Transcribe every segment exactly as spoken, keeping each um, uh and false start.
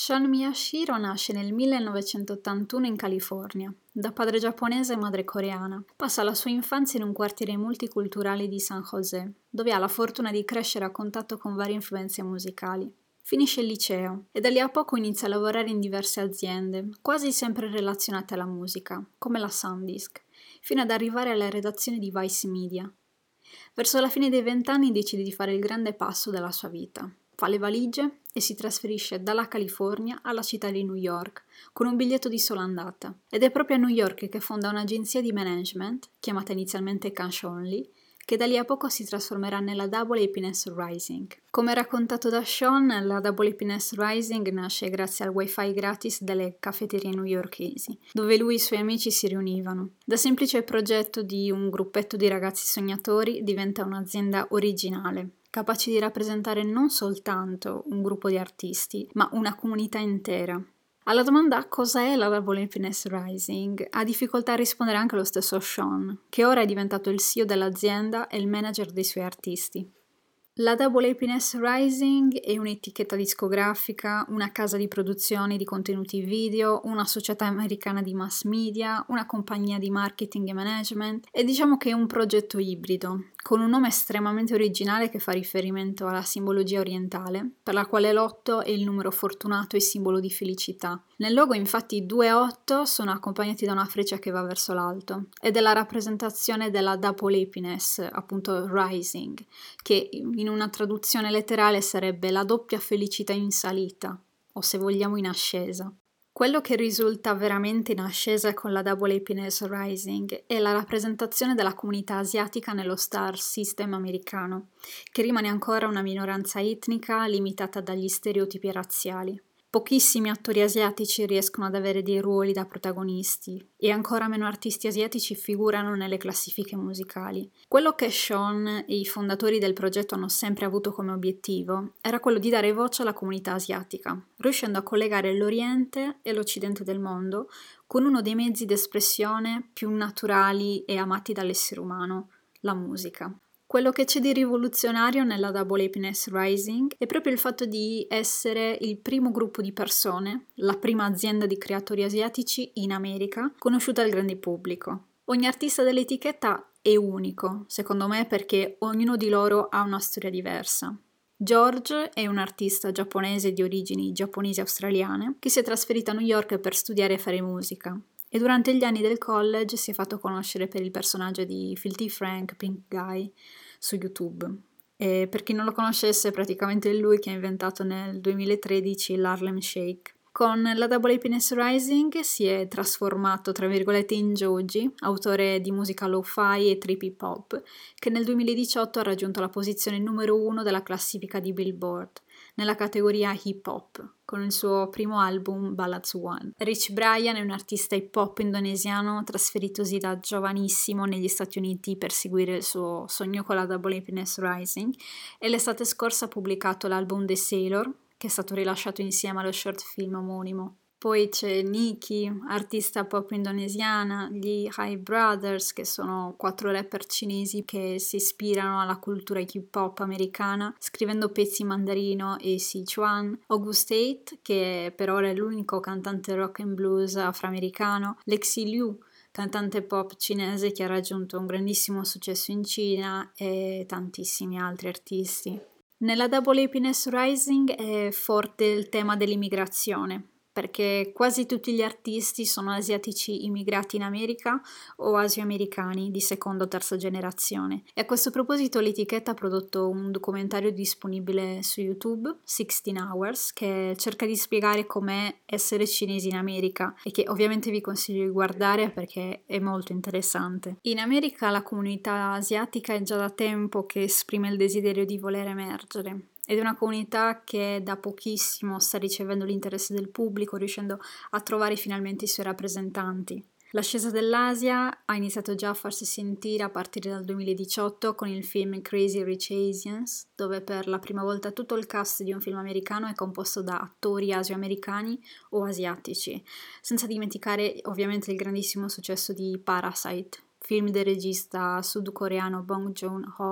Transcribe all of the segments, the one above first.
Sean Miyashiro nasce nel millenovecentottantuno in California, da padre giapponese e madre coreana. Passa la sua infanzia in un quartiere multiculturale di San José, dove ha la fortuna di crescere a contatto con varie influenze musicali. Finisce il liceo e da lì a poco inizia a lavorare in diverse aziende, quasi sempre relazionate alla musica, come la Sandisk, fino ad arrivare alla redazione di Vice Media. Verso la fine dei vent'anni decide di fare il grande passo della sua vita. Fa le valigie e si trasferisce dalla California alla città di New York con un biglietto di sola andata. Ed è proprio a New York che fonda un'agenzia di management, chiamata inizialmente Cash Only, che da lì a poco si trasformerà nella Double Happiness Rising. Come raccontato da Sean, la Double Happiness Rising nasce grazie al wifi gratis delle caffetterie newyorkesi, dove lui e i suoi amici si riunivano. Da semplice progetto di un gruppetto di ragazzi sognatori diventa un'azienda originale, capace di rappresentare non soltanto un gruppo di artisti, ma una comunità intera. Alla domanda cosa è la Double Happiness Rising ha difficoltà a rispondere anche lo stesso Sean, che ora è diventato il C E O dell'azienda e il manager dei suoi artisti. La Double Happiness Rising è un'etichetta discografica, una casa di produzione di contenuti video, una società americana di mass media, una compagnia di marketing e management e diciamo che è un progetto ibrido, con un nome estremamente originale che fa riferimento alla simbologia orientale, per la quale l'otto è il numero fortunato e simbolo di felicità. Nel logo infatti i due otto sono accompagnati da una freccia che va verso l'alto ed è la rappresentazione della Double Happiness, appunto Rising, che in una traduzione letterale sarebbe la doppia felicità in salita, o se vogliamo in ascesa. Quello che risulta veramente in ascesa con la Double Happiness Rising è la rappresentazione della comunità asiatica nello star system americano, che rimane ancora una minoranza etnica limitata dagli stereotipi razziali. Pochissimi attori asiatici riescono ad avere dei ruoli da protagonisti e ancora meno artisti asiatici figurano nelle classifiche musicali. Quello che Sean e i fondatori del progetto hanno sempre avuto come obiettivo era quello di dare voce alla comunità asiatica, riuscendo a collegare l'Oriente e l'Occidente del mondo con uno dei mezzi d'espressione più naturali e amati dall'essere umano, la musica. Quello che c'è di rivoluzionario nella Double Happiness Rising è proprio il fatto di essere il primo gruppo di persone, la prima azienda di creatori asiatici in America, conosciuta al grande pubblico. Ogni artista dell'etichetta è unico, secondo me, perché ognuno di loro ha una storia diversa. George è un artista giapponese di origini giapponesi-australiane che si è trasferito a New York per studiare e fare musica. E durante gli anni del college si è fatto conoscere per il personaggio di Filthy Frank, Pink Guy, su YouTube. E per chi non lo conoscesse, è praticamente lui che ha inventato nel duemilatredici l'Harlem Shake. Con la Double Happiness Rising si è trasformato, tra virgolette, in Joji, autore di musica lo-fi e trip hip hop, che nel duemiladiciotto ha raggiunto la posizione numero uno della classifica di Billboard, nella categoria hip hop, con il suo primo album Ballads One. Rich Brian è un artista hip hop indonesiano trasferitosi da giovanissimo negli Stati Uniti per seguire il suo sogno con la Double Happiness Rising e l'estate scorsa ha pubblicato l'album The Sailor, che è stato rilasciato insieme allo short film omonimo. Poi c'è Nicki, artista pop indonesiana, gli Hype Brothers, che sono quattro rapper cinesi che si ispirano alla cultura hip hop americana, scrivendo pezzi in mandarino e Sichuan, August Eight, che per ora è l'unico cantante rock and blues afroamericano, Lexi Liu, cantante pop cinese che ha raggiunto un grandissimo successo in Cina, e tantissimi altri artisti. Nella Double Happiness Rising è forte il tema dell'immigrazione, perché quasi tutti gli artisti sono asiatici immigrati in America o asioamericani di seconda o terza generazione. E a questo proposito l'etichetta ha prodotto un documentario disponibile su YouTube, sixteen hours, che cerca di spiegare com'è essere cinesi in America e che ovviamente vi consiglio di guardare perché è molto interessante. In America la comunità asiatica è già da tempo che esprime il desiderio di voler emergere. Ed è una comunità che da pochissimo sta ricevendo l'interesse del pubblico, riuscendo a trovare finalmente i suoi rappresentanti. L'ascesa dell'Asia ha iniziato già a farsi sentire a partire dal duemiladiciotto con il film Crazy Rich Asians, dove per la prima volta tutto il cast di un film americano è composto da attori asioamericani o asiatici, senza dimenticare ovviamente il grandissimo successo di Parasite, film del regista sudcoreano Bong Joon-ho,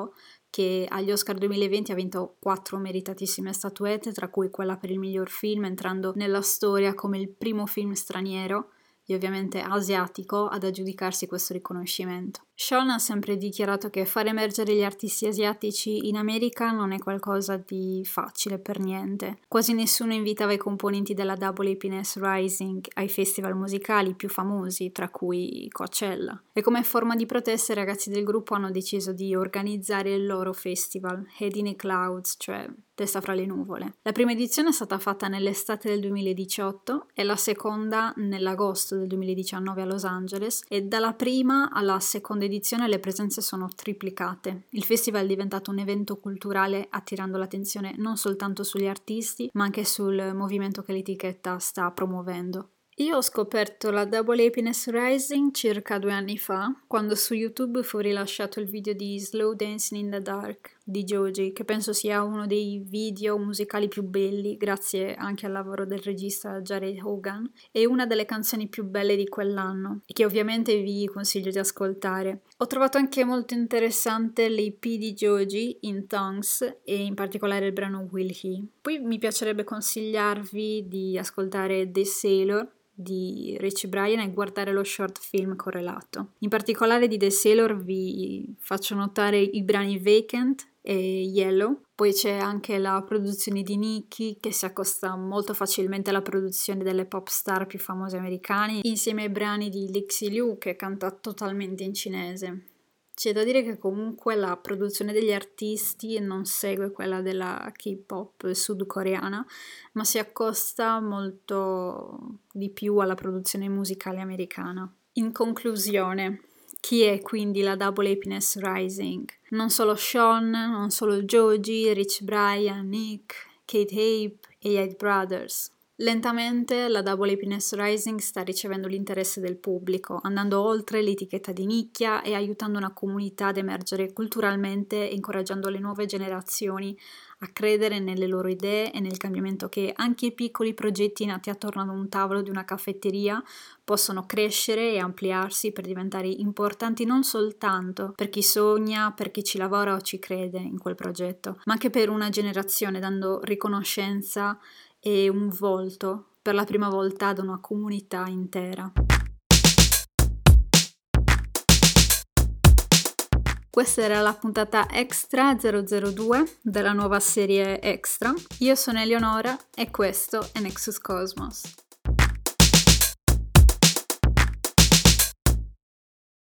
che agli Oscar duemilaventi ha vinto quattro meritatissime statuette, tra cui quella per il miglior film, entrando nella storia come il primo film straniero e ovviamente asiatico ad aggiudicarsi questo riconoscimento. Sean ha sempre dichiarato che far emergere gli artisti asiatici in America non è qualcosa di facile per niente. Quasi nessuno invitava i componenti della Double Happiness Rising ai festival musicali più famosi, tra cui Coachella. E come forma di protesta i ragazzi del gruppo hanno deciso di organizzare il loro festival, Head in the Clouds, cioè testa fra le nuvole. La prima edizione è stata fatta nell'estate del duemiladiciotto e la seconda nell'agosto del duemiladiciannove a Los Angeles, e dalla prima alla seconda edizione le presenze sono triplicate. Il festival è diventato un evento culturale attirando l'attenzione non soltanto sugli artisti, ma anche sul movimento che l'etichetta sta promuovendo. Io ho scoperto la Double Happiness Rising circa due anni fa, quando su YouTube fu rilasciato il video di Slow Dancing in the Dark di Joji, che penso sia uno dei video musicali più belli, grazie anche al lavoro del regista Jared Hogan, e una delle canzoni più belle di quell'anno, e che ovviamente vi consiglio di ascoltare. Ho trovato anche molto interessante l'E P di Joji in Tongues e in particolare il brano Will He. Poi mi piacerebbe consigliarvi di ascoltare The Sailor di Rich Brian e guardare lo short film correlato. In particolare di The Sailor vi faccio notare i brani Vacant e Yellow, poi c'è anche la produzione di Nicki che si accosta molto facilmente alla produzione delle pop star più famose americane, insieme ai brani di Lexi Liu che canta totalmente in cinese. C'è da dire che comunque la produzione degli artisti non segue quella della K-pop sudcoreana, ma si accosta molto di più alla produzione musicale americana. In conclusione, chi è quindi la Double Happiness Rising? Non solo Sean, non solo Joji, Rich Brian, Nick, Kate Ape e gli Hyde Brothers. Lentamente la Double Happiness Rising sta ricevendo l'interesse del pubblico, andando oltre l'etichetta di nicchia e aiutando una comunità ad emergere culturalmente e incoraggiando le nuove generazioni a credere nelle loro idee e nel cambiamento che anche i piccoli progetti nati attorno ad un tavolo di una caffetteria possono crescere e ampliarsi per diventare importanti non soltanto per chi sogna, per chi ci lavora o ci crede in quel progetto, ma anche per una generazione, dando riconoscenza e un volto per la prima volta ad una comunità intera. Questa era la puntata Extra zero zero due della nuova serie Extra. Io sono Eleonora e questo è Nexus Cosmos.